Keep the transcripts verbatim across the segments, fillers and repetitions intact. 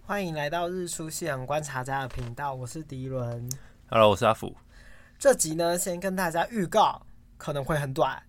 欢迎来到日出夕阳观察家的频道，我是迪伦。 Hello， 我是阿福。 这集呢，先跟大家预告，可能会很短。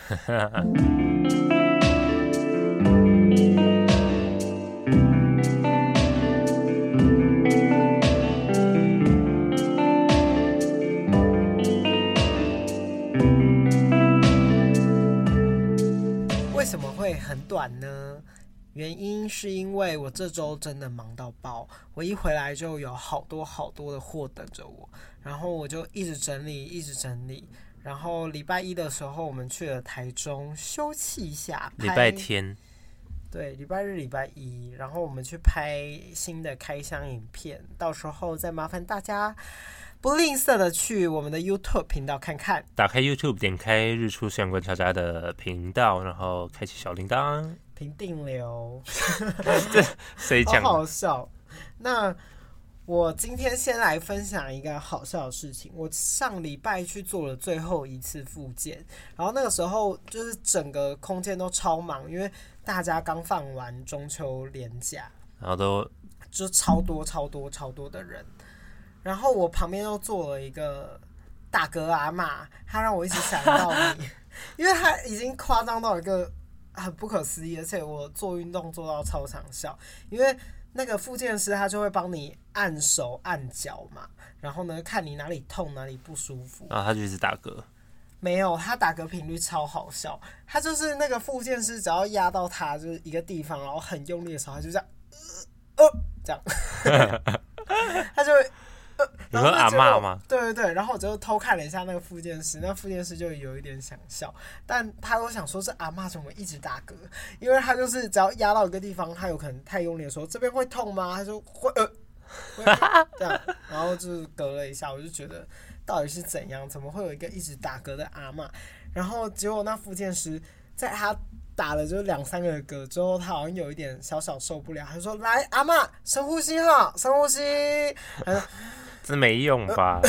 为什么会很短呢？原因是因为我这周真的忙到爆，我一回来就有好多好多的货等着我，然后我就一直整理一直整理，然后礼拜一的时候我们去了台中休憩一下， 礼拜天， 对，礼拜日礼拜一，然后我们去拍新的开箱影片，到时候再麻烦大家不吝啬的去我们的 YouTube 频道看看。 打开 YouTube， 点开日出夕阳观察家的频道，然后开启小铃铛， 评定流。 这谁讲？ 好好笑。那我今天先来分享一个好笑的事情。我上礼拜去做了最后一次复健，然后那个时候就是整个空间都超忙，因为大家刚放完中秋连假， 然后都就超多超多超多的人。然后我旁边又坐了一个大哥阿嬷，他让我一直想到你，因为他已经夸张到一个很不可思议，而且我做运动做到超想笑，因为那个复健师他就会帮你按手按脚嘛，然后呢看你哪里痛哪里不舒服， 然后他就一直打嗝。 没有，他打嗝频率超好笑，他就是那个复健师只要压到他就是一个地方，然后很用力的时候，他就这样，呃，呃这样，他就会。 你说阿嬷吗？ 对对对，然后我就偷看了一下那个复健师，那复健师就有一点想笑，但他又想说这阿嬷怎么一直打嗝，因为他就是只要压到一个地方，他有可能太用力的时候，这边会痛吗？他就会呃，会这样，然后就是嗝了一下，我就觉得到底是怎样，怎么会有一个一直打嗝的阿嬷？然后结果那复健师在他打了就两三个嗝之后，他好像有一点小小受不了，他就说：“来，阿嬷，深呼吸哈，深呼吸。”他说这没用吧？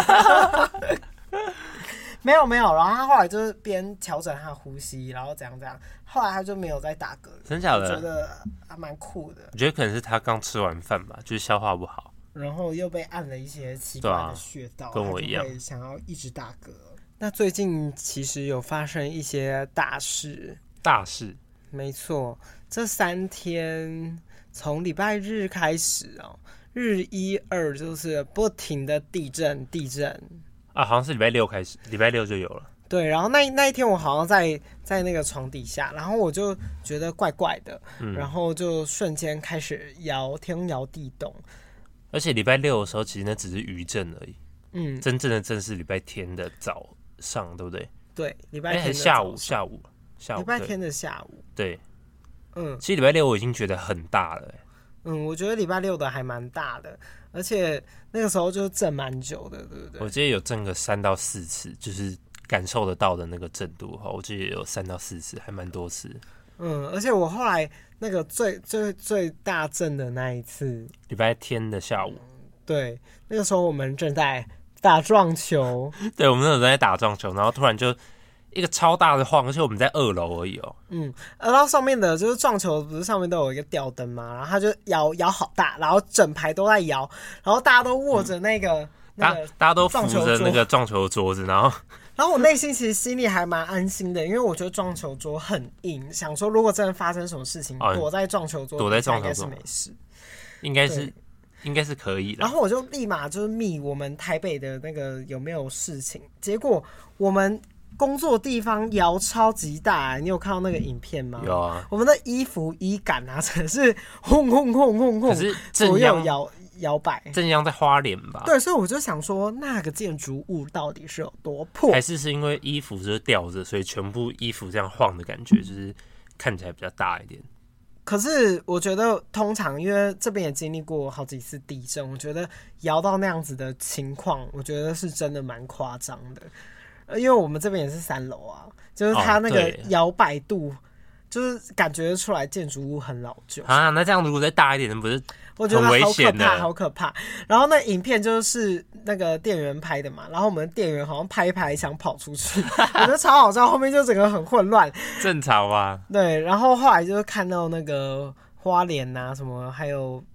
没有没有，然后他后来就是边调整他的呼吸，然后怎样怎样，后来他就没有再打嗝了。 真假的？ 我觉得还蛮酷的。 我觉得可能是他刚吃完饭吧，就是消化不好， 然后又被按了一些奇怪的穴道， 跟我一样， 想要一直打嗝。那最近其实有发生一些大事。 大事？没错，这三天从礼拜日开始哦。日一二就是不停的地震，地震啊，好像是礼拜六开始，礼拜六就有了。 对，然后那那一天我好像在在那个床底下，然后我就觉得怪怪的，嗯、然后就瞬间开始摇天摇地动。 而且礼拜六的时候，其实那只是余震而已， 嗯， 真正的震是礼拜天的早上，对不对？ 对，礼拜天的下午，下午，下午， 礼拜天的下午。 对， 嗯， 其实礼拜六我已经觉得很大了、欸。 嗯，我觉得礼拜六的还蛮大的，而且那个时候就震蛮久的，对不对？ 我记得有震个三到四次，就是感受得到的那个震度哈，我记得有三到四次，还蛮多次。 嗯，而且我后来那个最最最大震的那一次， 礼拜天的下午， 对，那个时候我们正在打撞球， 对，我们那时候在打撞球，然后突然就一个超大的晃，而且我们在二楼而已哦。 嗯，然后上面的就是撞球，不是上面都有一个吊灯嘛，然后它就摇摇好大，然后整排都在摇，然后大家都握着那个、嗯、那个大家都扶着那个撞球桌子，然后然后我内心其实心里还蛮安心的，因为我觉得撞球桌很硬，想说如果真的发生什么事情，哦、躲在撞球桌躲在撞球桌应该是没事， 应该是应该是可以的。 然后我就立马就是密我们台北的那个有没有事情，结果我们工作地方摇超级大、欸，你有看到那个影片吗？ 有啊， 我们的衣服衣杆啊，真的是轰轰轰轰轰， 可是左右摇摇摆。 正央在花莲吧？ 对，所以我就想说，那个建筑物到底是有多破？ 还是是因为衣服就是吊着，所以全部衣服这样晃的感觉，就是看起来比较大一点。 可是我觉得，通常因为这边也经历过好几次地震，我觉得摇到那样子的情况，我觉得是真的蛮夸张的。因为我们这边也是三楼啊，就是它那个摇摆度，哦、就是感觉出来建筑物很老旧啊。那这样如果再大一点，不是我觉得好可怕，好可怕。然后那影片就是那个店员拍的嘛，然后我们店员好像拍一拍想跑出去，我觉得超好笑，后面就整个很混乱。 正常吧？ 对，然后后来就是看到那个花莲啊什么，还有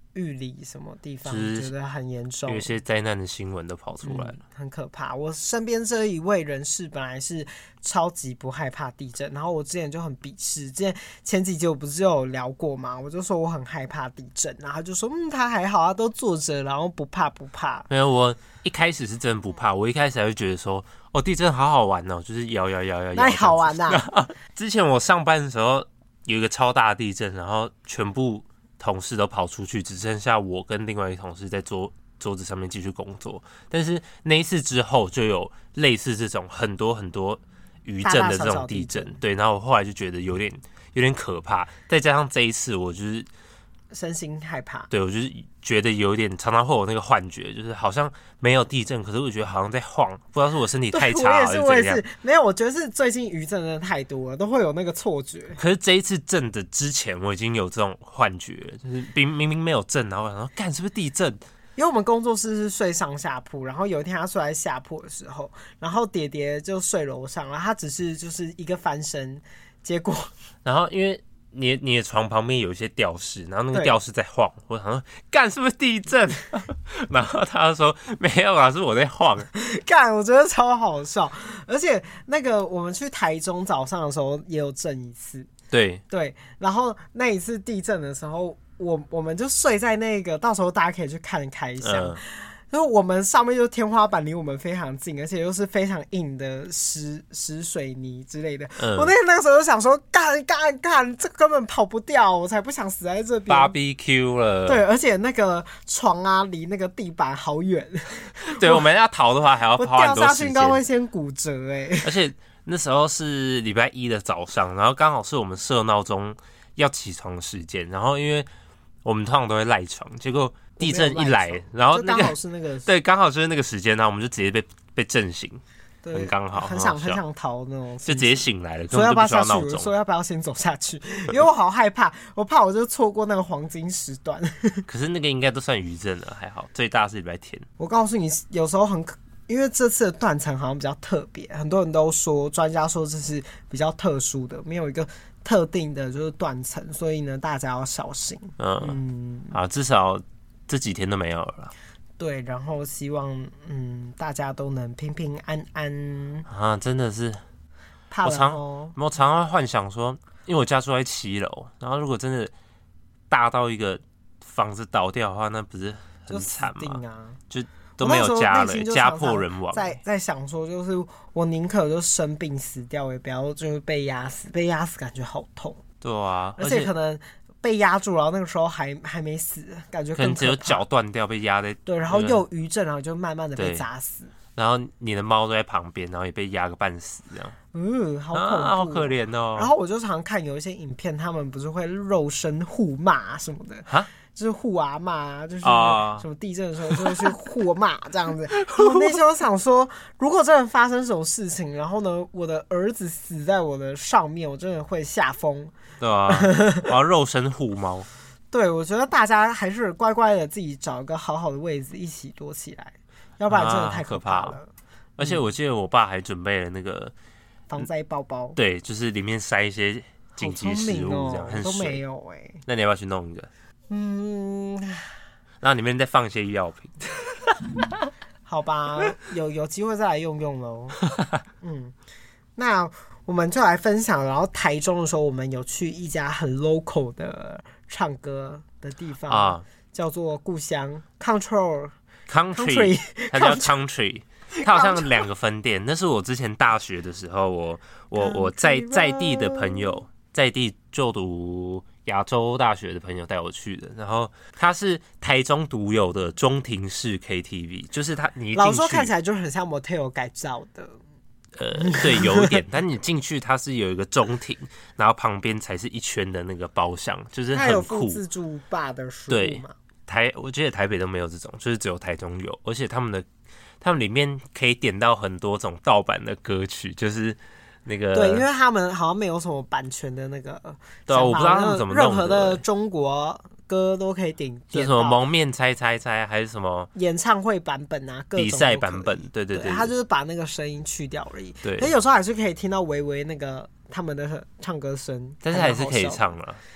玉里什么地方， 就是觉得很严重， 有一些灾难的新闻都跑出来了、嗯， 很可怕。我身边这一位人士本来是超级不害怕地震，然后我之前就很鄙视，之前前几集我不是有聊过嘛，我就说我很害怕地震，然后他就说嗯他还好，他都坐着，然后不怕不怕。 没有，我一开始是真的不怕，我一开始还会觉得说哦地震好好玩哦，就是摇摇摇摇摇， 那好玩啊！ 之前我上班的时候有一个超大的地震，然后全部同事都跑出去，只剩下我跟另外一个同事在桌桌子上面继续工作。但是那一次之后，就有类似这种很多很多余震的这种地震，大大小小地震对。然后我后来就觉得有点有点可怕，再加上这一次，我就是身心害怕。 对，我就是觉得有点常常会有那个幻觉，就是好像没有地震，可是我觉得好像在晃，不知道是我身体太差还是怎样。 我也是，我也是，没有，我觉得是最近余震真的太多了，都会有那个错觉。 可是这一次震的之前，我已经有这种幻觉了，就是明明明没有震，然后我想说，干是不是地震？ 因为我们工作室是睡上下铺，然后有一天他睡在下铺的时候，然后爹爹就睡楼上，然后他只是就是一个翻身，结果， 然后因为。你你的床旁边有一些吊饰，然后那个吊饰在晃，我想说干是不是地震？然后他就说没有啊，是我在晃。 干，我觉得超好笑，而且那个我们去台中早上的时候也有震一次， 对对，然后那一次地震的时候，我我们就睡在那个，到时候大家可以去看开箱。嗯，就是我们上面就天花板离我们非常近，而且又是非常硬的石石水泥之类的。嗯、我那那个时候就想说，干干干，这根本跑不掉，我才不想死在这边。 B B Q 了。 对，而且那个床啊，离那个地板好远。 对，我们要逃的话还要花很多时间。我掉下去应该会先骨折哎、欸。 而且那时候是礼拜一的早上，然后刚好是我们设闹钟要起床的时间，然后因为我们通常都会赖床，结果。地震一来，然后那个刚好是那个对，刚好就是那个时间，然后我们就直接被被震醒，很刚好， 很想很想逃那种， 就直接醒来了，根本就不需要闹钟。 说要不要先走下去？因为我好害怕，我怕我就错过那个黄金时段。 可是那个应该都算余震了，还好，最大是礼拜天。 我告诉你，有时候很，因为这次的断层好像比较特别，很多人都说，专家说这是比较特殊的，没有一个特定的就是断层，所以呢，大家要小心。 嗯嗯，好，至少。这几天都没有了啦， 对，然后希望嗯大家都能平平安安啊！真的是， 怕了哦。我常我常常幻想说，因为我家住在七楼，然后如果真的大到一个房子倒掉的话，那不是很惨吗？ 啊、 就都没有家了，家破人亡。 在在想说，就是我宁可就生病死掉，也不要就是被压死，被压死感觉好痛。 对啊， 而且可能。被压住，然后那个时候还还没死，感觉更可怕， 可能只有脚断掉，被压在对，然后又有余震，然后就慢慢的被砸死。 然后你的猫都在旁边，然后也被压个半死，这样。 嗯，好恐怖、 啊，好可怜哦。 然后我就常看有一些影片，他们不是会肉身互骂什么的，哈，就是互阿骂，就是什么地震的时候就会去互骂这样子。我那时候想说，如果真的发生什么事情，然后呢，我的儿子死在我的上面，我真的会吓疯。 对啊，我要肉身护猫。 对，我觉得大家还是乖乖的自己找一个好好的位置一起躲起来，要不然真的太可怕了。啊、 而且我记得我爸还准备了那个防灾包包， 对，就是里面塞一些紧急食物，这样、 哦、都没有哎、欸。 那你要不要去弄一个？ 嗯， 然后里面再放一些医药品。 好吧，有有机会再来用用喽。嗯，那。我们就来分享，然后台中的时候，我们有去一家很 local 的唱歌的地方，啊、叫做故乡 Control Country， 它叫 Country， 它好像两个分店。那是我之前大学的时候，我我我在在地的朋友，在地就读亚洲大学的朋友带我去的。然后它是台中独有的中庭式 K T V， 就是它你一进去老实说看起来就很像 motel 改造的。 呃，对，有一点，但你进去它是有一个中庭，然后旁边才是一圈的那个包厢，就是很酷。它有附自助吧的食物吗？ 对，台我记得台北都没有这种，就是只有台中有，而且他们的他们里面可以点到很多种盗版的歌曲，就是那个对，因为他们好像没有什么版权的那个， 对啊，我不知道他们怎么弄的。 任何的中国歌都可以点， 就是什么蒙面猜猜猜，还是什么演唱会版本啊，各种比赛版本，对对 对, 对，他就是把那个声音去掉而已。 对， 可有时候还是可以听到微微那个他们的唱歌声， 但是还是可以唱了。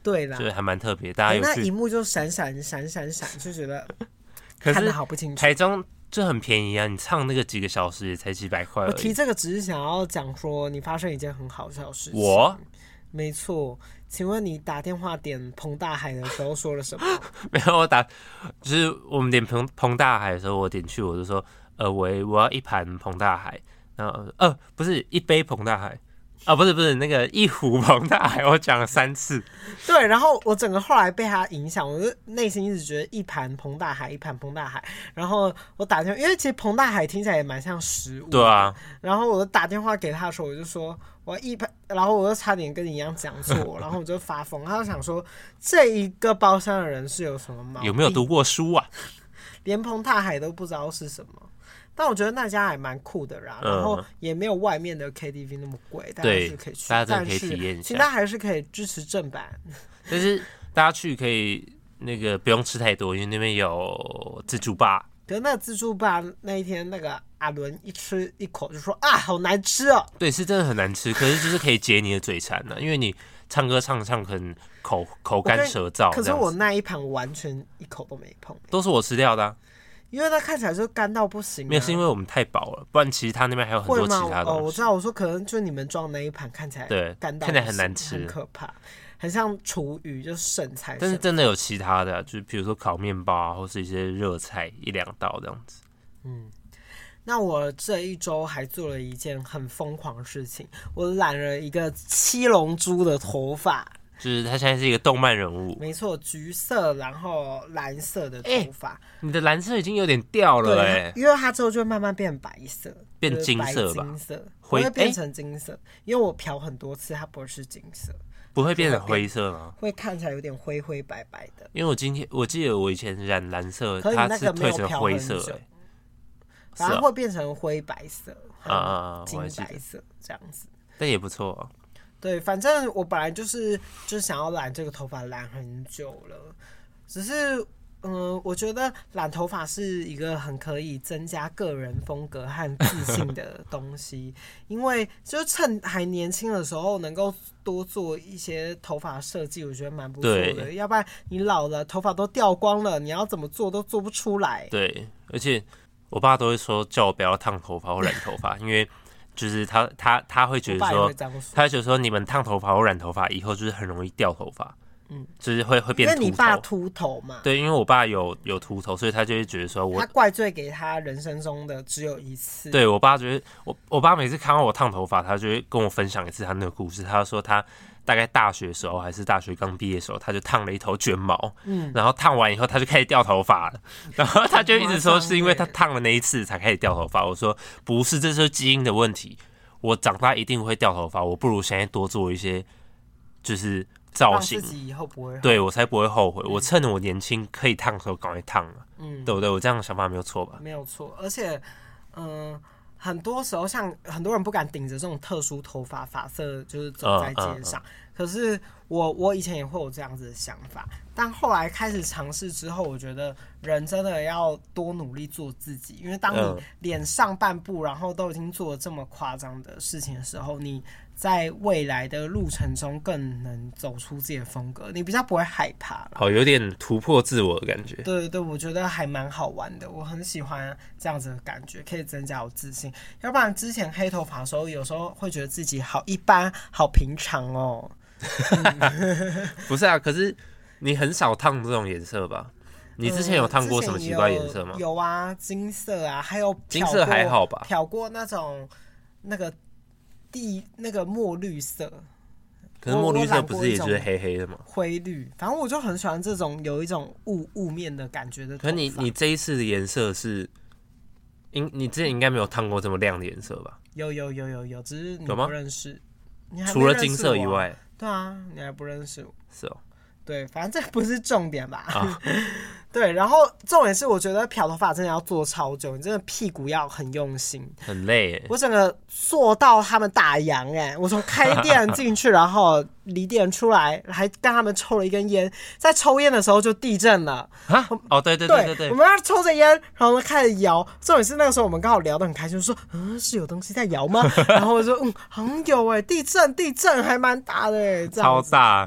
对啦， 所以还蛮特别。大家有去那荧幕就闪闪闪闪闪，就觉得可看得好不清楚。 台中就很便宜啊，你唱那个几个小时也才几百块而已。 我提这个只是想要讲说，你发生一件很好笑的事情。 我没错，请问你打电话点彭大海的时候说了什么？ 没有，我打就是我们点彭彭大海的时候，我点去我就说，呃，喂，我要一盘彭大海，然后呃不是一杯彭大海。啊、哦，不是不是那个一壶彭大海，我讲了三次。 对，然后我整个后来被他影响，我就内心一直觉得一盘彭大海，一盘彭大海。然后我打电话，因为其实彭大海听起来也蛮像食物。 对啊。 然后我打电话给他的时候，我就说我一盘，然后我就差点跟你一样讲错，然后我就发疯。他就想说这一个包厢的人是有什么毛病？ 有没有读过书啊？ 连彭大海都不知道是什么。但我觉得那家还蛮酷的啦，然后也没有外面的 K T V 那么贵，大家是可以去， 大家真的可以体验一下。 其实大家还是可以支持正版， 但是大家去可以那个不用吃太多，因为那边有自助吧。 可是那个自助吧那一天，那个阿伦一吃一口就说啊，好难吃哦。 对，是真的很难吃，可是就是可以解你的嘴馋呢、啊，因为你唱歌唱唱可能口口干舌燥。 可是我那一盘完全一口都没碰， 都是我吃掉的、啊。 因为它看起来就干到不行、啊， 没有，是因为我们太饱了，不然其实他那边还有很多其他东西。 哦，我知道，我说可能就你们装那一盘看起来对干到看起来很难吃， 很可怕，很像厨余，就是剩菜。 但是真的有其他的、啊，就是比如说烤面包啊，或是一些热菜一两道这样子。 嗯，那我这一周还做了一件很疯狂的事情，我染了一个七龙珠的头发。 就是他现在是一个动漫人物， 没错，橘色然后蓝色的头发、欸， 你的蓝色已经有点掉了哎、欸， 因为它之后就会慢慢变白色， 变金色吧， 金色会变成金色、欸，因为我漂很多次，它不会是金色， 不会变成灰色吗？ 会看起来有点灰灰白白的。 因为我今天我记得我以前染蓝色，它是褪成灰色、欸， 反正会变成灰白色啊， 金白色这样子， 但也不错啊。 对，反正我本来就是就是想要染这个头发染很久了，只是嗯，我觉得染头发是一个很可以增加个人风格和自信的东西，因为就趁还年轻的时候能够多做一些头发设计，我觉得蛮不错的。要不然你老了头发都掉光了，你要怎么做都做不出来。 对，而且我爸都会说叫我不要烫头发或染头发，因为。就是他他他会觉得说，他会觉得说你们烫头发或染头发以后就是很容易掉头发，嗯，就是会会变秃头。 因为你爸秃头嘛， 对，因为我爸有有秃头，所以他就会觉得说我他怪罪给他人生中的只有一次。 对我爸觉得我我爸每次看到我烫头发，他就会跟我分享一次他那个故事。他说他大概大学的时候还是大学刚毕业的时候，他就烫了一头卷毛，嗯，然后烫完以后他就开始掉头发了，然后他就一直说是因为他烫了那一次才开始掉头发。我说不是，这是基因的问题。我长大一定会掉头发，我不如现在多做一些就是造型， 让自己以后不会后悔， 对我才不会后悔。嗯、我趁着我年轻可以烫的时候赶快烫了，嗯，对不对？我这样的想法没有错吧？ 没有错，而且，嗯、呃，很多时候像很多人不敢顶着这种特殊头发发色就是走在街上，嗯嗯嗯、可是我我以前也会有这样子的想法，但后来开始尝试之后，我觉得人真的要多努力做自己，因为当你脸上半部然后都已经做了这么夸张的事情的时候，你在未来的路程中更能走出自己的风格，你比较不会害怕。 好，有点突破自我的感觉。 对对对，我觉得还蛮好玩的，我很喜欢这样子的感觉，可以增加我自信。要不然之前黑头发的时候，有时候会觉得自己好一般，好平常哦。 嗯、不是啊，可是你很少烫这种颜色吧？你之前有烫过什么奇怪颜色吗？ 嗯、有, 有啊，金色啊，还有金色还好吧？ 漂过那种那个地那个墨绿色。 可是墨绿色不是也就是黑黑的吗？ 灰绿，反正我就很喜欢这种有一种雾雾面的感觉的头发。 可是你你这一次的颜色是，应你之前应该没有烫过这么亮的颜色吧？ 有有有有有，只是你不认识。你还除了金色以外， 对啊，你还不认识我。 是哦。 对，反正这不是重点吧？ 啊、 对，然后重点是，我觉得漂头发真的要做超久，你真的屁股要很用心， 很累耶。 我整个做到他们打烊哎，我从开店进去，然后离店出来，还跟他们抽了一根烟，在抽烟的时候就地震了啊！哦，对对对对对， 我们要抽着烟，然后呢开始摇。重点是那个时候我们刚好聊得很开心，就说嗯是有东西在摇吗？然后我说嗯好像有哎，地震地震还蛮大的哎， 超大。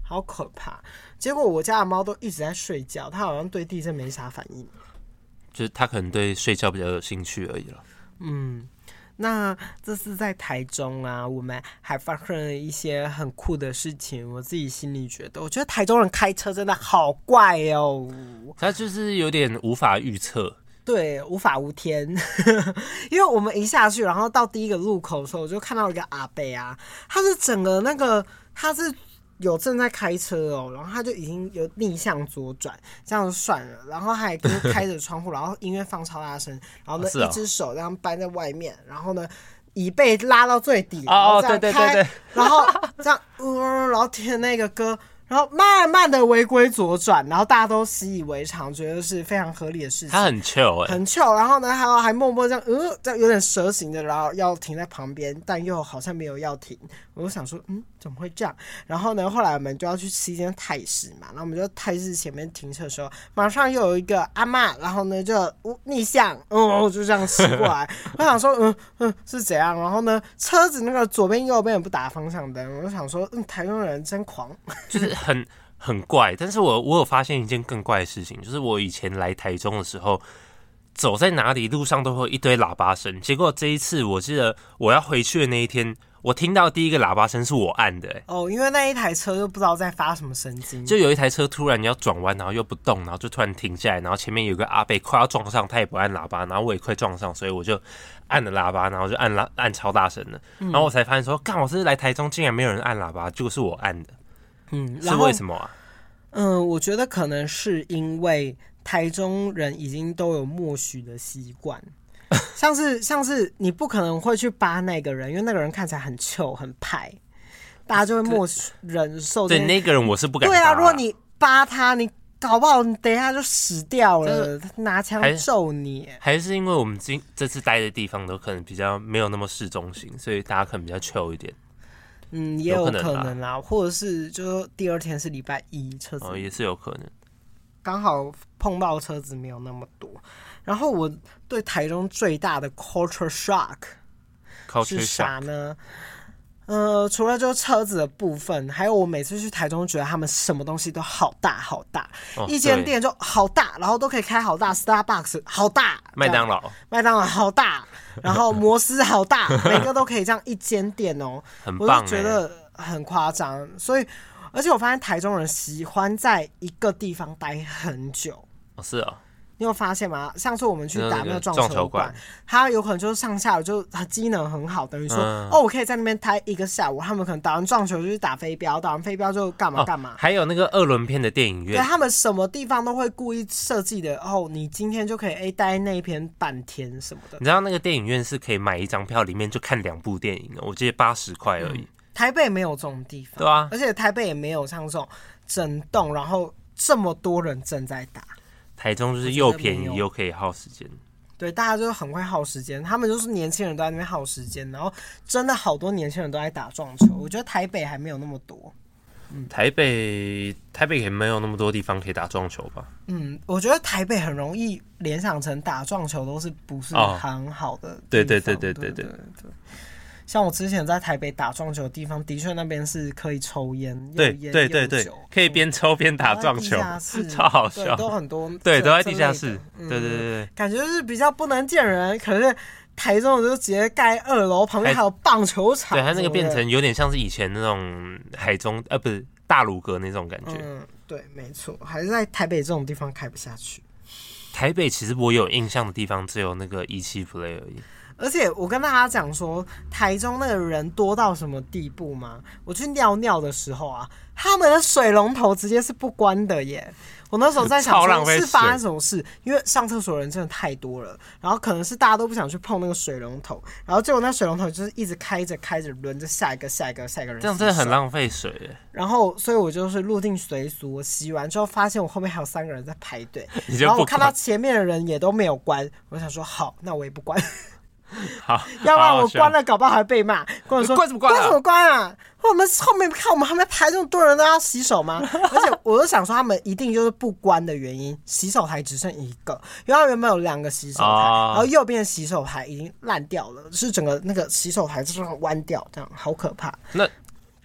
好可怕。结果我家的猫都一直在睡觉，它好像对地震没啥反应， 就是它可能对睡觉比较有兴趣而已了。 嗯。那这次在台中啊，我们还发生了一些很酷的事情。我自己心里觉得，我觉得台中人开车真的好怪哦， 它就是有点无法预测， 对，无法无天。因为我们一下去，然后到第一个路口的时候，我就看到一个阿伯啊，他是整个那个他是。有正在开车哦，然后他就已经有逆向左转，这样就算了，然后还跟开着窗户，然后音乐放超大声，然后呢、哦、一只手这样搬在外面，然后呢椅背拉到最底，然后这样开，哦、对对对对然后这样，嗯，然后听那个歌。然后慢慢的违规左转，然后大家都习以为常，觉得是非常合理的事情。 他很 chill 哎、欸， 很 chill。然后呢，还还默默这样，呃，这样有点蛇形的，然后要停在旁边，但又好像没有要停。我就想说，嗯，怎么会这样？然后呢，后来我们就要去吃一间泰式嘛，然后我们就泰式前面停车的时候，马上又有一个阿嬷，然后呢就逆向，嗯，就这样骑过来。我想说，嗯嗯，是怎样？然后呢，车子那个左边右边也不打方向灯，我就想说，嗯，台中人真狂， 就是。很很怪，但是我我有发现一件更怪的事情，就是我以前来台中的时候，走在哪里路上都会有一堆喇叭声，结果这一次我记得我要回去的那一天，我听到第一个喇叭声是我按的、欸， 哦，因为那一台车就不知道在发什么神经， 就有一台车突然要转弯，然后又不动，然后就突然停下来，然后前面有个阿伯快要撞上，他也不按喇叭，然后我也快撞上，所以我就按了喇叭，然后就按喇按超大声的，然后我才发现说，干，我这次来台中竟然没有人按喇叭，结果是我按的。 嗯， 是为什么啊？ 嗯，我觉得可能是因为台中人已经都有默许的习惯，像是像是你不可能会去扒那个人，因为那个人看起来很糗很派，大家就会默忍受。 对，那个人我是不敢扒、啊。 对啊，如果你扒他，你搞不好你等一下就死掉了，拿枪揍你。 还是因为我们今这次待的地方都可能比较没有那么市中心，所以大家可能比较 chill 一点。 嗯，也有可能啦，或者是就第二天是礼拜一，车子哦也是有可能， 刚好碰到车子没有那么多。然后我对台中最大的 culture shock 是啥呢？呃，除了就是车子的部分，还有我每次去台中觉得他们什么东西都好大好大，哦、一间店就好大，然后都可以开好大 ，Starbucks 好大， 麦当劳麦当劳好大，然后摩斯好大，每个都可以这样一间店哦， 很棒、欸， 我就觉得很夸张。所以，而且我发现台中人喜欢在一个地方待很久， 哦是啊、哦。 你有发现吗？上次我们去打那个撞球馆，他有可能就是上下午就他机能很好，等于说、嗯、哦，我可以在那边待一个下午。他们可能打完撞球就去打飞镖，打完飞镖就干嘛干嘛、 哦。还有那个二轮片的电影院， 对他们什么地方都会故意设计的。哦，你今天就可以哎待那一边半天什么的。 你知道那个电影院是可以买一张票，里面就看两部电影的，我记得八十块而已、嗯。 台北没有这种地方， 对啊， 而且台北也没有像这种整栋，然后这么多人正在打。 台中就是又便宜又可以耗时间， 对，大家就很会耗时间，他们就是年轻人都在那边耗时间，然后真的好多年轻人都在打撞球。我觉得台北还没有那么多， 嗯，台北台北也没有那么多地方可以打撞球吧？ 嗯，我觉得台北很容易联想成打撞球都是不是很好的地方、哦， 对对对对对对 对, 對, 對。 像我之前在台北打撞球的地方，的确那边是可以抽烟， 对对对对，可以边抽边打撞球，超好笑， 都很多， 对，都在地下室，嗯、对对对对， 感觉是比较不能见人。可是台中就直接盖二楼，旁边还有棒球场， 对，它那个变成有点像是以前那种海中呃不是大鲁阁那种感觉， 嗯，对，没错，还是在台北这种地方开不下去。 台北其实我有印象的地方只有那个一期 play 而已。 而且我跟大家讲说，台中那个人多到什么地步吗？我去尿尿的时候啊，他们的水龙头直接是不关的耶。我那时候在想说是发生什么事，因为上厕所的人真的太多了，然后可能是大家都不想去碰那个水龙头，然后结果那水龙头就是一直开着开着，轮着下一个下一个下一个人， 这样真的很浪费水耶。 然后所以我就是入定随俗，我洗完之后发现我后面还有三个人在排队，然后我看到前面的人也都没有关，我想说好，那我也不关。 好， 要不然我关了，搞不好还被骂。跟我说关什么关、啊？ 关什么关啊？我们后面看我们后面排这么多人都要洗手吗？而且我就想说，他们一定就是不关的原因，洗手台只剩一个，因为他原本有两个洗手台，哦、然后右边的洗手台已经烂掉了，是整个那个洗手台就是弯掉，这样好可怕。 那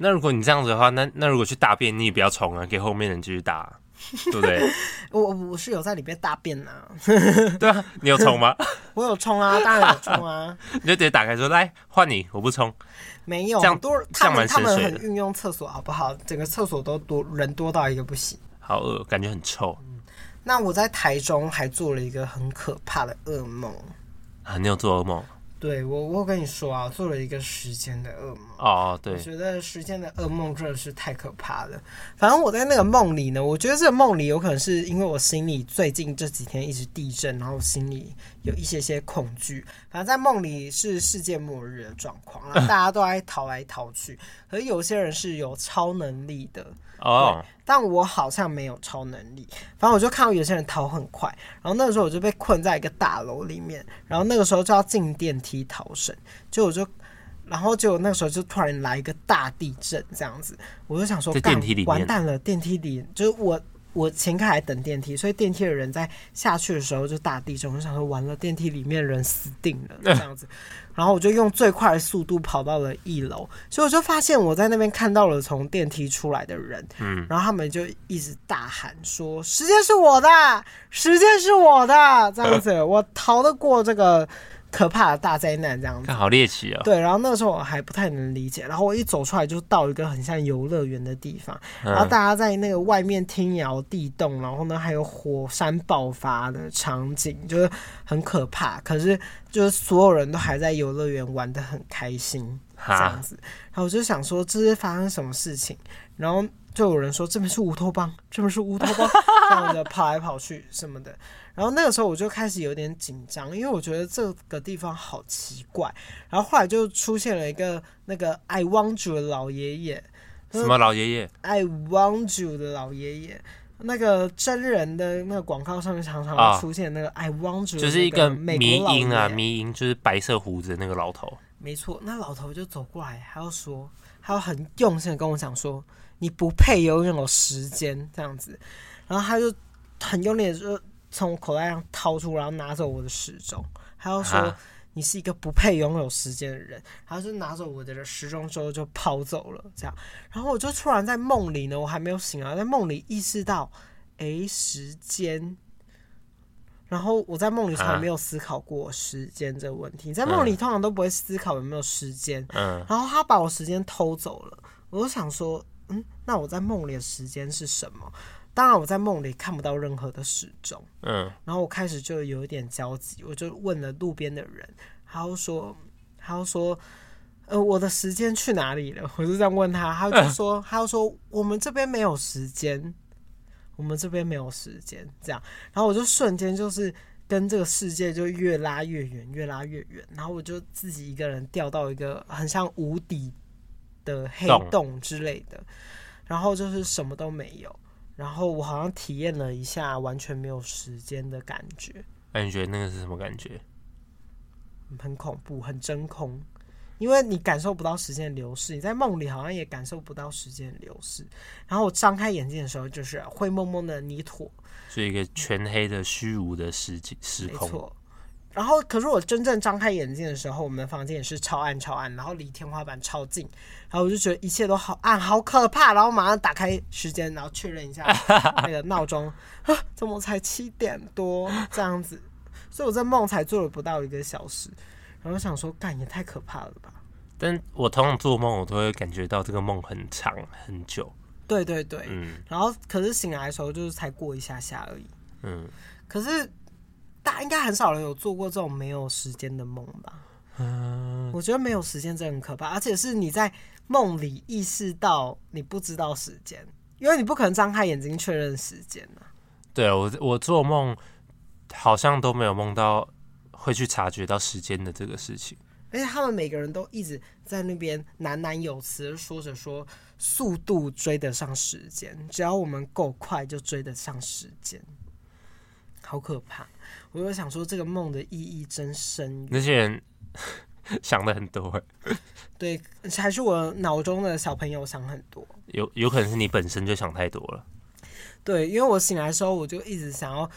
那如果你这样子的话，那那如果去大便，你也不要冲啊，给后面人继续打、啊，对不对？ 我我是有在里面大便啊。 对啊，你有冲吗？ 我有冲啊，当然有冲啊。 你就直接打开说来换你，我不冲。 没有， 这样很多他们他们这样蛮很运用厕所，好不好？整个厕所都多人多到一个不行。 好恶，感觉很臭。 那我在台中还做了一个很可怕的噩梦啊！你有做噩梦？ 对我，我跟你说啊，做了一个时间的噩梦。 哦，对， 我觉得时间的噩梦真的是太可怕了。反正我在那个梦里呢，我觉得这个梦里有可能是因为我心里最近这几天一直地震，然后心里有一些些恐惧。反正在梦里是世界末日的状况，然后大家都在逃来逃去，可是有些人是有超能力的。哦，但我好像没有超能力。反正我就看到有些人逃很快，然后那个时候我就被困在一个大楼里面，然后那个时候就要进电梯逃生，就我就，然后结果那个时候就突然来一个大地震，这样子，我就想说， 在电梯里面完蛋了，电梯里就是我。我前开还等电梯，所以电梯的人在下去的时候就大地震，我就想说完了，电梯里面的人死定了这样子，然后我就用最快的速度跑到了一楼，所以我就发现我在那边看到了从电梯出来的人，嗯，然后他们就一直大喊说：“时间是我的，时间是我的！”这样子，我逃得过这个可怕的大灾难，这样子， 好猎奇哦。 对，然后那个时候我还不太能理解，然后我一走出来就到一个很像游乐园的地方，然后大家在那个外面天摇地动，然后呢还有火山爆发的场景，就是很可怕。可是就是所有人都还在游乐园玩得很开心，这样子。然后我就想说这是发生什么事情，然后就有人说这边是乌托邦，这边是乌托邦，这样子跑来跑去什么的。然后那个时候我就开始有点紧张，因为我觉得这个地方好奇怪。然后后来就出现了一个那个 I want you 的老爷爷。 什么老爷爷 ？I want you 的老爷爷。那个真人的那个广告上面常常会出现那个 I want you， 就是一个迷因啊，迷因就是白色胡子的那个老头。 没错，那老头就走过来，他要说，他要很用心的跟我讲说，你不配拥有时间这样子。然后他就很用力的就从我口袋上掏出，然后拿走我的时钟，他要说、啊、你是一个不配拥有时间的人，然后就拿走我的时钟之后就跑走了，这样。然后我就突然在梦里呢，我还没有醒来，在梦里意识到，哎，时间。然后我在梦里从来没有思考过时间这个问题，在梦里通常都不会思考有没有时间。嗯。然后他把我时间偷走了，我就想说，嗯，那我在梦里的时间是什么？当然我在梦里看不到任何的时钟，嗯，然后我开始就有一点焦急，我就问了路边的人，他就说，他就说，呃，我的时间去哪里了？我就这样问他，他就说，他就说我们这边没有时间，我们这边没有时间，这样，然后我就瞬间就是跟这个世界就越拉越远，越拉越远，然后我就自己一个人掉到一个很像无底的黑洞之类的，然后就是什么都没有。然后我好像体验了一下完全没有时间的感觉。 那你觉得那个是什么感觉？ 很恐怖，很真空，因为你感受不到时间的流逝，你在梦里好像也感受不到时间的流逝。然后我张开眼睛的时候，就是灰蒙蒙的泥土， 是一个全黑的虚无的时时空。 没错。然后，可是我真正张开眼睛的时候，我们的房间也是超暗超暗，然后离天花板超近，然后我就觉得一切都好暗，好可怕。然后马上打开时间，然后确认一下那个闹钟，啊，怎么才七点多这样子？所以我在梦才做了不到一个小时，然后想说，干也太可怕了吧！ 但我通常做梦，我都会感觉到这个梦很长很久。 对对对，嗯。然后可是醒来的时候，就是才过一下下而已。嗯。可是。大家应该很少人有做过这种没有时间的梦吧？嗯，我觉得没有时间真的很可怕，而且是你在梦里意识到你不知道时间，因为你不可能张开眼睛确认时间啊。 对啊，我我做梦好像都没有梦到会去察觉到时间的这个事情， 而且他们每个人都一直在那边喃喃有词说着说速度追得上时间，只要我们够快就追得上时间，好可怕。我就想说，这个梦的意义真深远。 那些人想的很多， 对，还是我脑中的小朋友想很多。 有有可能是你本身就想太多了。 对，因为我醒来的时候，我就一直想要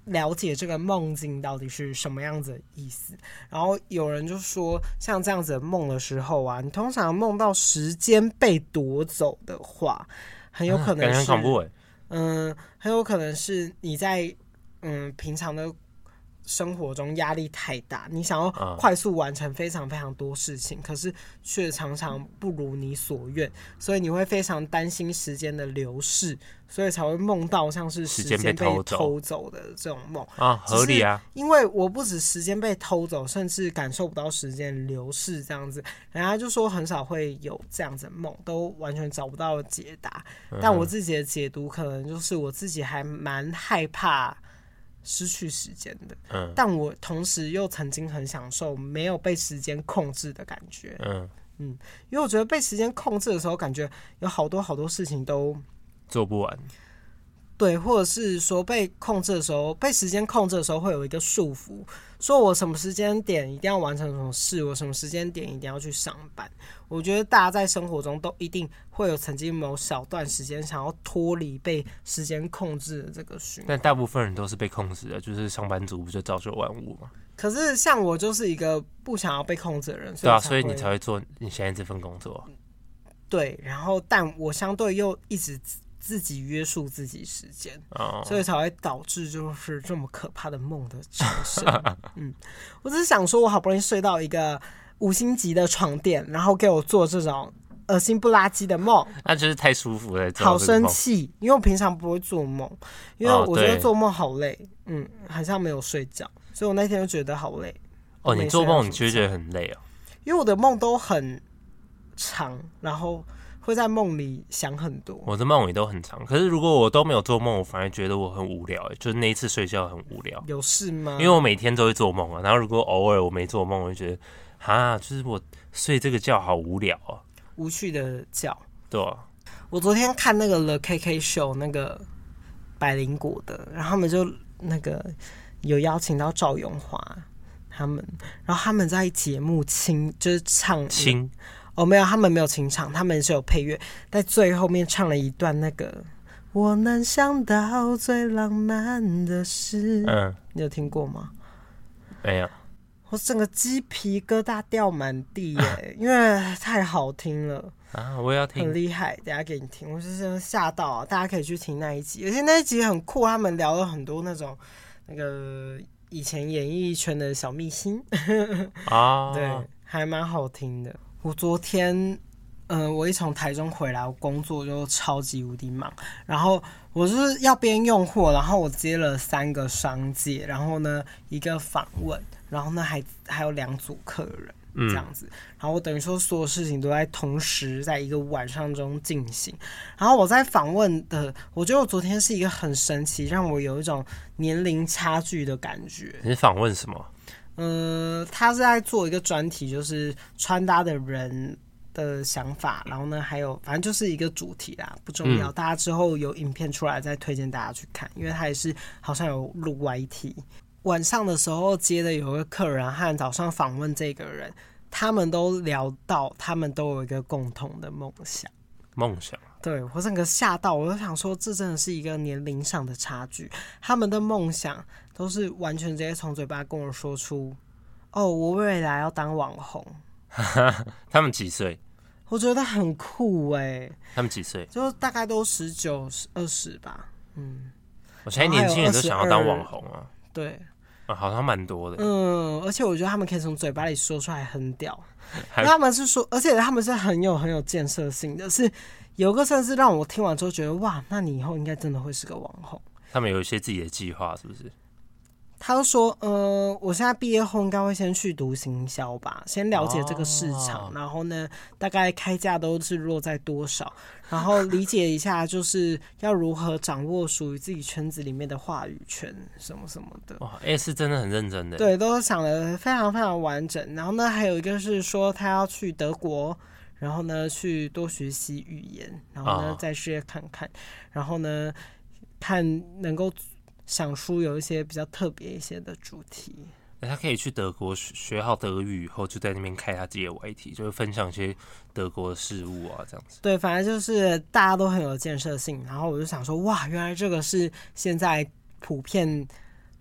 了解这个梦境到底是什么样子的意思。然后有人就说，像这样子的梦的时候啊，你通常梦到时间被夺走的话，很有可能是， 感觉很恐怖哎。 嗯，很有可能是你在嗯平常的生活中压力太大，你想要快速完成非常非常多事情，嗯、可是却常常不如你所愿，所以你会非常担心时间的流逝，所以才会梦到像是时间被偷走的这种梦啊，合理啊。 因为我不止时间被偷走，甚至感受不到时间流逝这样子，人家就说很少会有这样子的梦，都完全找不到解答。嗯、但我自己的解读可能就是我自己还蛮害怕失去时间的，嗯，但我同时又曾经很享受没有被时间控制的感觉，嗯嗯，因为我觉得被时间控制的时候，感觉有好多好多事情都做不完， 对，或者是说被控制的时候，被时间控制的时候会有一个束缚，说我什么时间点一定要完成什么事，我什么时间点一定要去上班。我觉得大家在生活中都一定会有曾经某小段时间想要脱离被时间控制的这个循环， 但大部分人都是被控制的，就是上班族不就朝九晚五吗？ 可是像我就是一个不想要被控制的人， 对啊，所以你才会做你现在这份工作。 对，然后但我相对又一直自己约束自己时间，哦、所以才会导致就是这么可怕的梦的产生。嗯，我只是想说，我好不容易睡到一个五星级的床垫，然后给我做这种恶心不拉几的梦， 那就是太舒服了。 好生气，因为我平常不会做梦，因为我觉得做梦好累，哦、嗯，好像没有睡觉，所以我那天就觉得好累。 哦，你做梦你就觉得很累哦？ 因为我的梦都很长，然后会在梦里想很多。 我的梦也都很长，可是如果我都没有做梦，我反而觉得我很无聊，就是那一次睡觉很无聊。 有事吗？ 因为我每天都会做梦啊，然后如果偶尔我没做梦，我就觉得哈，就是我睡这个觉好无聊啊， 无趣的觉。 对啊， 我昨天看那个 The K K Show 那个百灵果的，然后他们就那个有邀请到赵咏华他们，然后他们在节目清就是唱清。 哦，没有，他们没有清唱，他们是有配乐，在最后面唱了一段那个我能想到最浪漫的事，嗯，你有听过吗？ 没有， 我整个鸡皮疙瘩掉满地耶，因为太好听了啊！我也要听， 很厉害，等一下给你听，我就是吓到啊！大家可以去听那一集，而且那一集很酷，他们聊了很多那种那个以前演艺圈的小秘辛啊，对，还蛮好听的。我昨天，呃，我一从台中回来，我工作就超级无敌忙，然后我就是要边用货，然后我接了三个商界，然后呢一个访问，然后呢还还有两组客人这样子，嗯、然后我等于说所有事情都在同时在一个晚上中进行。然后我在访问的，我觉得我昨天是一个很神奇，让我有一种年龄差距的感觉。 你是访问什么？ 呃，他是在做一个专题，就是穿搭的人的想法，然后呢，还有反正就是一个主题啦，不重要。嗯、大家之后有影片出来再推荐大家去看，因为他也是好像有录 Y T。晚上的时候接的有一个客人和早上访问这个人，他们都聊到他们都有一个共同的梦想。 梦想？ 对，我整个吓到，我就想说，这真的是一个年龄上的差距。他们的梦想都是完全直接从嘴巴跟我说出，哦，我未来要当网红。 他们几岁？ 我觉得很酷哎、欸。 他们几岁？ 就大概都十九、二十吧。嗯， 我现在年轻人都想要当网红啊。 对。 啊、好像蛮多的。 嗯，而且我觉得他们可以从嘴巴里说出来很屌。因为他们是说，而且他们是很有很有建设性的，是有个甚至让我听完之后觉得，哇，那你以后应该真的会是个网红。 他们有一些自己的计划，是不是？ 他就说，呃，我现在毕业后应该会先去读行销吧，先了解这个市场，哦、然后呢，大概开价都是落在多少，然后理解一下，就是要如何掌握属于自己圈子里面的话语权，什么什么的。 哇，哎、欸，是真的很认真的。 对，都想得非常非常完整。然后呢，还有一个是说他要去德国，然后呢去多学习语言，然后呢、哦、再试看看，然后呢看能够想出有一些比较特别一些的主题。 他可以去德国学好德语以后，就在那边开他自己的 Y T， 就是分享一些德国的事物啊，这样子。 对，反正就是大家都很有建设性。然后我就想说，哇，原来这个是现在普遍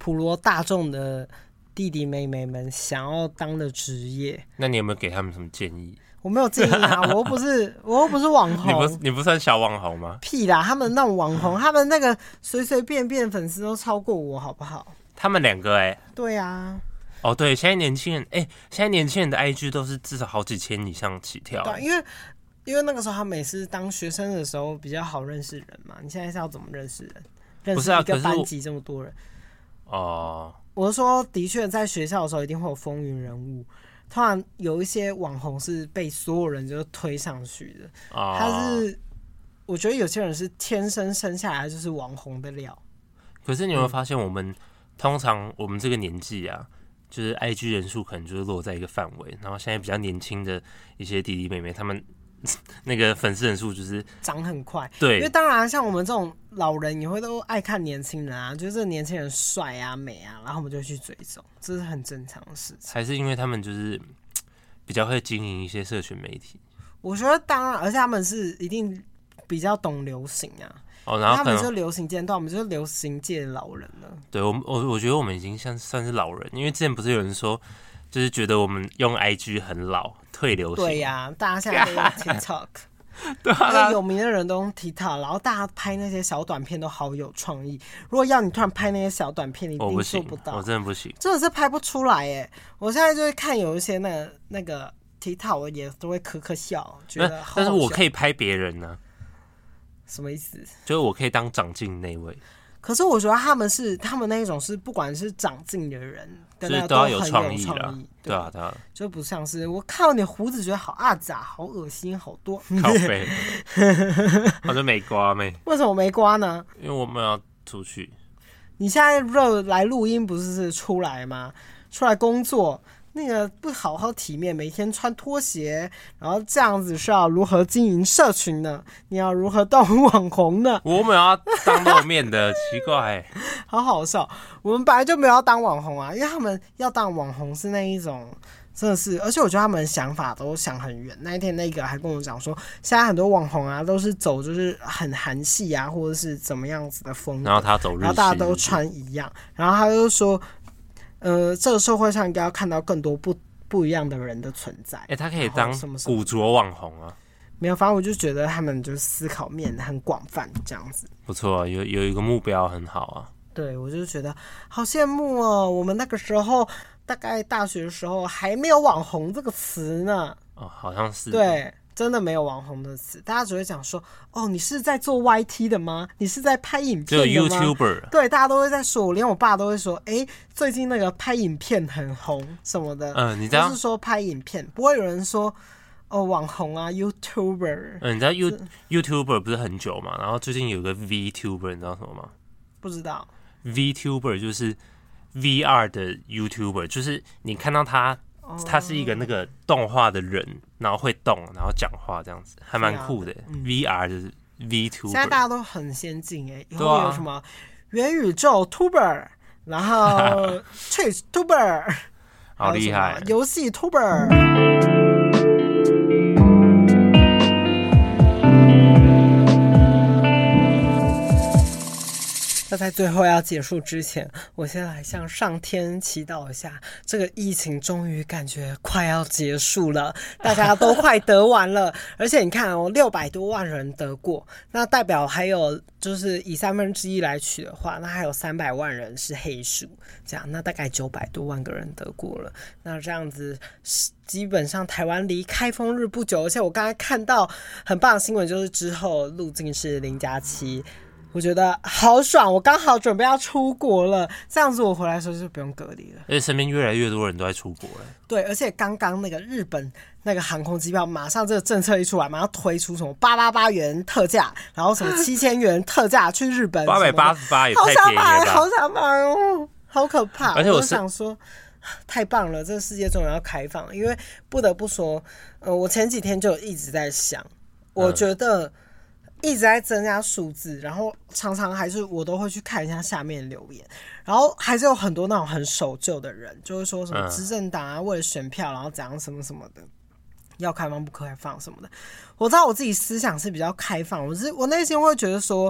普罗大众的弟弟妹妹们想要当的职业。 那你有没有给他们什么建议？ 我没有建议啊，我又不是我又不是网红， 你不你不算小网红吗？ 屁啦，他们那种网红，他们那个随随便便粉丝都超过我，好不好？ 他们两个哎、欸， 对啊， 哦对，现在年轻人哎、欸，现在年轻人的 I G 都是至少好几千以上起跳、欸， 对，因为因为那个时候他们也是当学生的时候比较好认识人嘛。你现在是要怎么认识人？认识一个班级这么多人哦。 我是说，的确在学校的时候一定会有风云人物。通常有一些网红是被所有人就推上去的， 哦、 他是我觉得有些人是天生生下来就是网红的料。 可是你有没有发现，我们、嗯、通常我们这个年纪啊，就是 I G 人数可能就是落在一个范围，然后现在比较年轻的一些弟弟妹妹，他们那个粉丝人数就是涨很快。 对， 因为当然像我们这种老人也会都爱看年轻人啊，就是年轻人帅啊美啊，然后我们就去追踪，这是很正常的事情。 还是因为他们就是比较会经营一些社群媒体。 我觉得当然，而且他们是一定比较懂流行啊。 哦，然后他们就流行阶段，我们就是流行界的老人了。 对，我我我觉得我们已经像算是老人，因为之前不是有人说，就是觉得我们用 I G 很老，退流行。 对呀、啊，大家现在都用 TikTok， 对啊， 有名的人都用 TikTok， 然后大家拍那些小短片都好有创意。如果要你突然拍那些小短片，你一定做不到。 我真的不行， 真的是拍不出来耶！我现在就会看有一些那个那个 TikTok， 我也都会咳咳笑，觉得好好笑。 但是我可以拍别人呢、啊。 什么意思？ 就是我可以当长进那位。 可是我觉得他们是他们那一种是不管是长进的人，跟那个都要有创意啦。 对啊，对啊， 就不像是我看到你的胡子觉得好阿杂，好恶心，好多。 靠背，我就没刮没。 为什么没刮呢？ 因为我们要出去。 你现在热来录音不是是出来吗？出来工作。那个不好好体面，每天穿拖鞋，然后这样子是要如何经营社群呢？你要如何当网红呢？ 我们要当露面的，奇怪、欸， 好好笑。我们本来就没有要当网红啊，因为他们要当网红是那一种，真的是，而且我觉得他们的想法都想很远。那一天那个还跟我讲说，现在很多网红啊都是走就是很韩系啊，或者是怎么样子的风格， 然后他走日系， 然后大家都穿一样，然后他就说。呃，这个社会上应该要看到更多不不一样的人的存在。 哎、欸，他可以当古着网红啊。 没有，反正我就觉得他们就是思考面很广泛，这样子。 不错啊，有有一个目标很好啊。 对，我就觉得好羡慕哦。我们那个时候大概大学的时候还没有网红这个词呢。 哦，好像是。 对。真的没有网红的词，大家只会讲说，哦，你是在做 Y T 的吗？你是在拍影片的吗？ 只有 YouTuber。对， 大家都会在说，连我爸都会说，哎、欸，最近那个拍影片很红什么的。 嗯，你知道？ 就是说拍影片，不会有人说，哦，网红啊 ，YouTuber。 嗯，你知道 You YouTuber 不是很久嘛？然后最近有个 VTuber， 你知道什么吗？ 不知道。 VTuber 就是 V R 的 YouTuber， 就是你看到他。他是一个那个动画的人，然后会动，然后讲话这样子，还蛮酷的。嗯、V R 就是 VTuber， 现在大家都很先进哎，以后有什么元宇宙 Tuber， 然后 Twitch Tuber， 好厉害， 游戏 Tuber。那在最后要结束之前，我先来向上天祈祷一下，这个疫情终于感觉快要结束了，大家都快得完了。而且你看哦，六百多万人得过，那代表还有就是以三分之一来取的话，那还有三百万人是黑数，这样那大概九百多万个人得过了。那这样子基本上台湾离开封日不久，而且我刚才看到很棒的新闻，就是之后入境是零加七。我觉得好爽，我刚好准备要出国了，这样子我回来的时候就不用隔离了。 而且身边越来越多人都在出国了。 对，而且刚刚那个日本那个航空机票，马上这个政策一出来，马上推出什么八八八元特价，然后什么七千元特价去日本， 八百八十八也太便宜了吧， 好想买哦，好可怕！ 而且我就想说。太棒了，这个世界终于要开放了。因为不得不说，呃，我前几天就一直在想，我觉得一直在增加数字，然后常常还是我都会去看一下下面留言，然后还是有很多那种很守旧的人，就会说什么执政党啊，为了选票，然后怎样什么什么的，要开放不开放什么的。我知道我自己思想是比较开放，我是我内心会觉得说，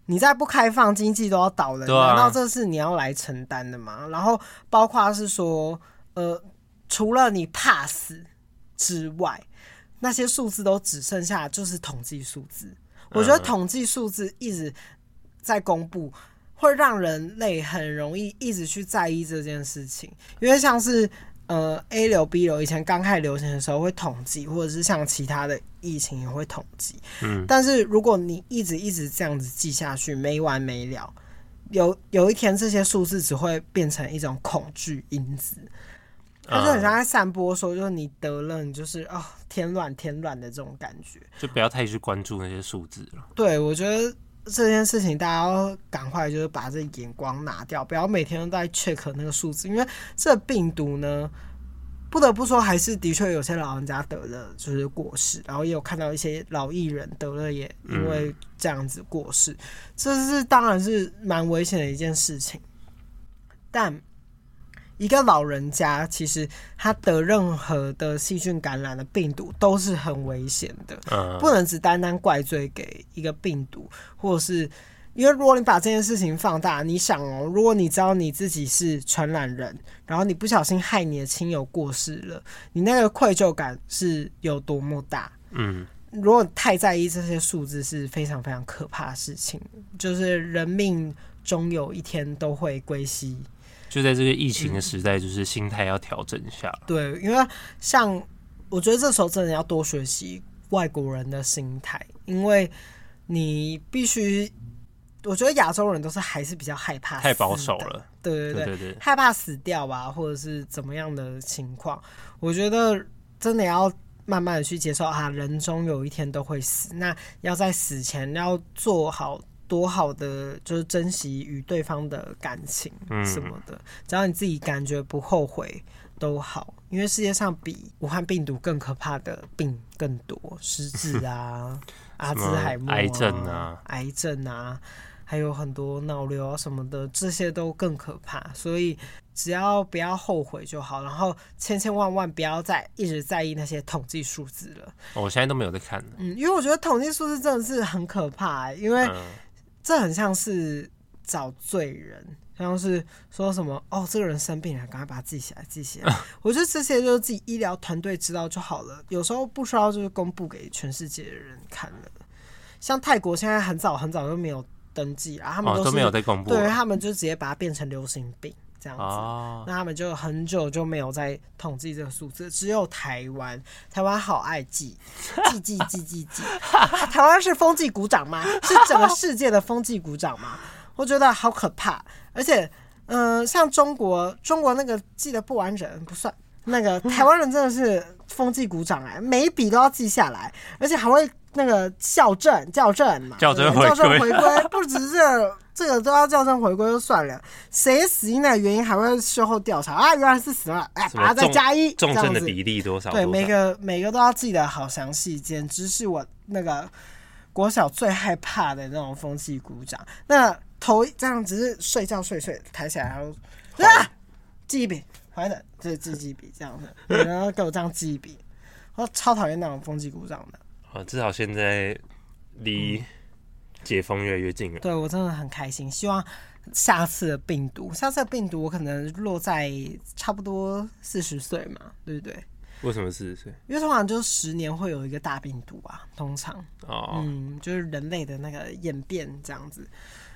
你再不开放，经济都要倒了， 啊、 难道这是你要来承担的吗？然后包括是说，呃，除了你怕死之外，那些数字都只剩下就是统计数字。我觉得统计数字一直在公布，会让人类很容易一直去在意这件事情，因为像是。呃 ，A 流 B 流以前刚开始流行的时候会统计，或者是像其他的疫情也会统计。嗯，但是如果你一直一直这样子记下去，没完没了，有有一天这些数字只会变成一种恐惧因子，它就很像在散播说，就是你得了，你就是哦天乱天乱的这种感觉， 就不要太去关注那些数字了。 对，我觉得。这件事情大家要赶快就是把这眼光拿掉，不要每天都在 check 那个数字，因为这病毒呢，不得不说还是的确有些老人家得了就是过世，然后也有看到一些老艺人得了也因为这样子过世，嗯、这是当然是蛮危险的一件事情，但。一个老人家其实他得任何的细菌感染的病毒都是很危险的，嗯、不能只单单怪罪给一个病毒，或者是因为如果你把这件事情放大，你想哦，如果你知道你自己是传染人，然后你不小心害你的亲友过世了，你那个愧疚感是有多么大？嗯，如果太在意这些数字是非常非常可怕的事情，就是人命终有一天都会归西。 就在这个疫情的时代，就是心态要调整一下、嗯。 对，因为像我觉得这时候真的要多学习外国人的心态，因为你必须，我觉得亚洲人都是还是比较害怕死的， 太保守了。 对对 对, 对, 对, 对， 害怕死掉啊，或者是怎么样的情况，我觉得真的要慢慢的去接受啊，人终有一天都会死，那要在死前要做好。多好的就是珍惜与对方的感情什么的、嗯、只要你自己感觉不后悔都好，因为世界上比武汉病毒更可怕的病更多，失智啊阿兹海默、啊、 癌症啊癌症啊还有很多脑瘤啊什么的，这些都更可怕，所以只要不要后悔就好，然后千千万万不要再一直在意那些统计数字了、 哦、我现在都没有在看了， 嗯，因为我觉得统计数字真的是很可怕、欸、因为、嗯这很像是找罪人，像是说什么哦，这个人生病了，赶快把它记起来，记起来。我觉得这些就是自己医疗团队知道就好了，有时候不需要就是公布给全世界的人看了。像泰国现在很早很早就没有登记了，他们 都, 是、 哦、都没有在公布， 对他们就直接把它变成流行病这样子、哦，那他们就很久就没有在统计这个数字，只有台湾，台湾好爱记，记记记记记，台湾是风纪股长吗？是整个世界的风纪股长吗？我觉得好可怕，而且，嗯、呃，像中国，中国那个记得不完整不算，那个台湾人真的是风纪股长哎、欸，每一笔都要记下来，而且还会那个校正校正嘛， 校正回归， 校正回归，不只是这个都要校正回归就算了，谁死因的原因还会事后调查啊？原来是死了，哎，把它再加一， 重症的比例多少？ 对，每个每个都要记得好详细，简直是我那个国小最害怕的那种风纪股长。那头这样只是睡觉睡睡抬起来，然后啊记一笔，反正这记记一笔这样子，然后给我这样记一笔，我超讨厌那种风纪股长的。 好，至少现在离解封越来越近了。 对，我真的很开心，希望下次的病毒，下次的病毒我可能落在差不多四十岁嘛，对不对？ 为什么四十岁？ 因为通常就十年会有一个大病毒啊，通常， 哦， 嗯，就是人类的那个演变这样子。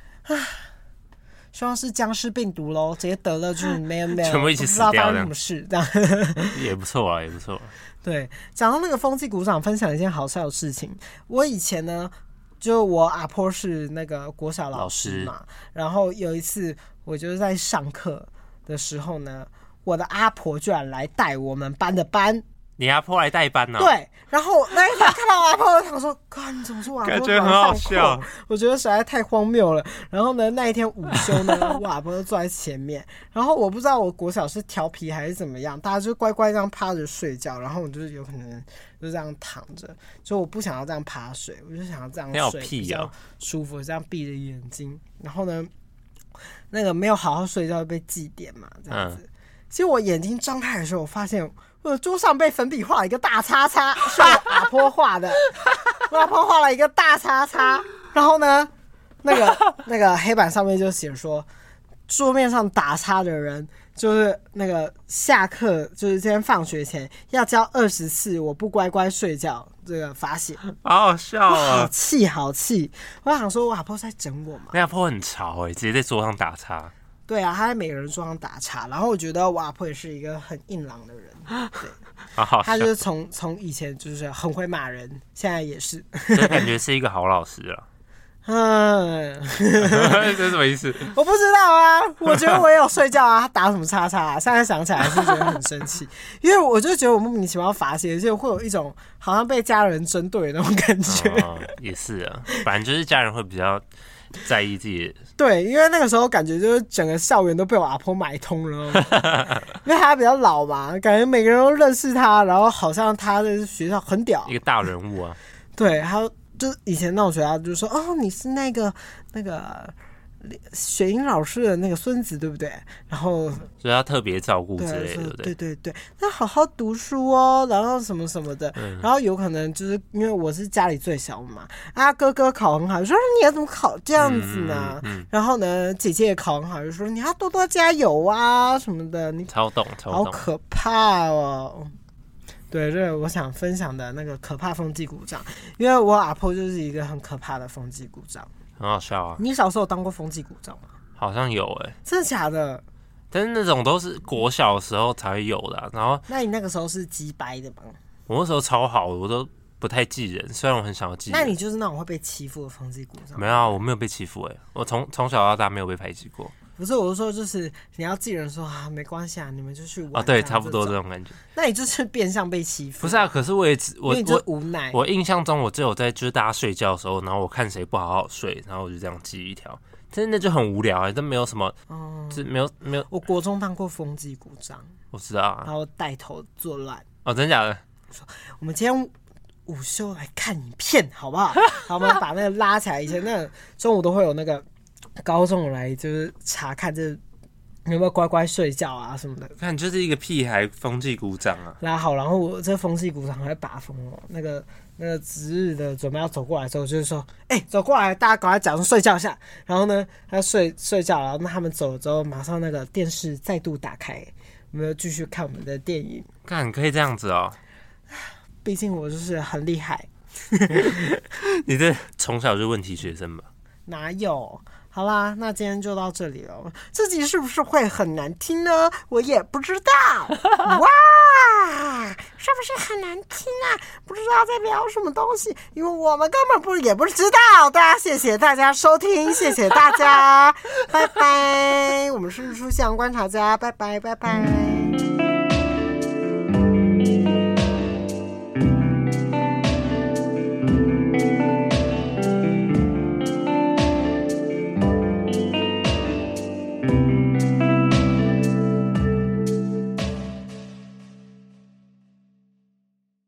希望是僵尸病毒咯，直接得了就是没有没有， 全部一起死掉，不知道发生什么事这样也不错啊，也不错。 对，讲到那个风纪股长，分享一件好笑的事情。我以前呢，就我阿婆是那个国小老师嘛，然后有一次我就是在上课的时候呢，我的阿婆居然来带我们班的班。 你阿婆来带班呢、哦？ 对，然后那一天看到我阿婆，我想说，God，你怎么说我阿婆感觉很好笑？ 我觉得实在太荒谬了。然后呢，那一天午休呢，我阿婆就坐在前面，然后我不知道我国小是调皮还是怎么样，大家就乖乖这样趴着睡觉，然后我就是有可能就这样躺着，就我不想要这样趴睡，我就想要这样睡，比较舒服，这样闭着眼睛。然后呢，那个没有好好睡觉被记点嘛，这样子。嗯、其实我眼睛张开的时候，我发现。我的桌上被粉笔画了一个大叉叉，是我阿婆画的。我阿婆画了一个大叉叉，然后呢， 那个那个黑板上面就写说，桌面上打叉的人就是那个下课，就是今天放学前要交二十次我不乖乖睡觉这个罚写， 好好笑啊！ 好气好气！我想说，我阿婆是在整我嘛？ 那阿婆很潮哎、欸，直接在桌上打叉。 对啊，他在每个人桌上打叉，然后我觉得我阿婆也是一个很硬朗的人，对， 好好笑。 他就是从从以前就是很会骂人，现在也是， 所以感觉是一个好老师啊。 嗯， 这是什么意思？ 我不知道啊，我觉得我也有睡觉啊，他打什么叉叉啊？现在想起来是觉得很生气，因为我就觉得我莫名其妙罚写，就会有一种好像被家人针对的那种感觉。 哦、也是啊，反正就是家人会比较在意自己的。 对，因为那个时候感觉就是整个校园都被我阿婆买通了，因为他比较老嘛，感觉每个人都认识他，然后好像他在学校很屌， 一个大人物啊。 对，他就以前那种学校就说哦，你是那个那个雪英老师的那个孙子，对不对？然后所以他特别照顾之对类的， 对对对，那好好读书哦，然后什么什么的， 嗯、 然后有可能就是因为我是家里最小嘛，啊哥哥考很好，就说你要怎么考这样子呢？嗯嗯嗯、然后呢，姐姐也考很好，就说你要多多加油啊什么的，你超懂超懂， 好可怕哦。对，这是我想分享的那个可怕风纪股长，因为我阿婆就是一个很可怕的风纪股长， 很好笑啊。 你小时候有当过风纪股长吗？ 好像有哎、欸， 真的假的？ 但是那种都是国小的时候才会有的、啊。然后， 那你那个时候是鸡掰的吗？ 我那时候超好，我都不太记人，虽然我很想要记人。 那你就是那种会被欺负的风纪股长？ 没有、啊，我没有被欺负哎、欸，我从从小到大没有被排挤过。 不是，我是说，就是你要记人说啊，没关系啊，你们就去玩、啊。 哦，对，差不多这种感觉。 那你就是变相被欺负。 不是啊，可是我也只我因为你就无奈我。我印象中，我只有在就是大家睡觉的时候，然后我看谁不好好睡，然后我就这样记一条。但是那就很无聊哎、欸，都没有什么，嗯，就没有没有。 我国中当过风纪股长， 我知道啊。 然后带头作乱。 哦，真假的？ 我们今天午休来看影片，好不好？好，我们把那个拉起来。以前那个中午都会有那个高中来就是查看这有没有乖乖睡觉啊什么的。 看，就是一个屁孩风纪股长啊。 拉好，然后我这风纪股长还把风哦，那个那个值日的准备要走过来之后，就是说，哎、欸，走过来，大家赶快假装睡觉一下。然后呢，他睡睡觉，然后那他们走了之后，马上那个电视再度打开，我们要继续看我们的电影。 看，可以这样子哦。 毕竟我就是很厉害。 你这从小就问题学生吧？ 哪有？好啦，那今天就到这里了。这集是不是会很难听呢？我也不知道。哇，是不是很难听啊？不知道在聊什么东西，因为我们根本不也不知道。大家谢谢大家收听，谢谢大家，拜拜。我们是日出夕阳观察家，拜拜拜拜。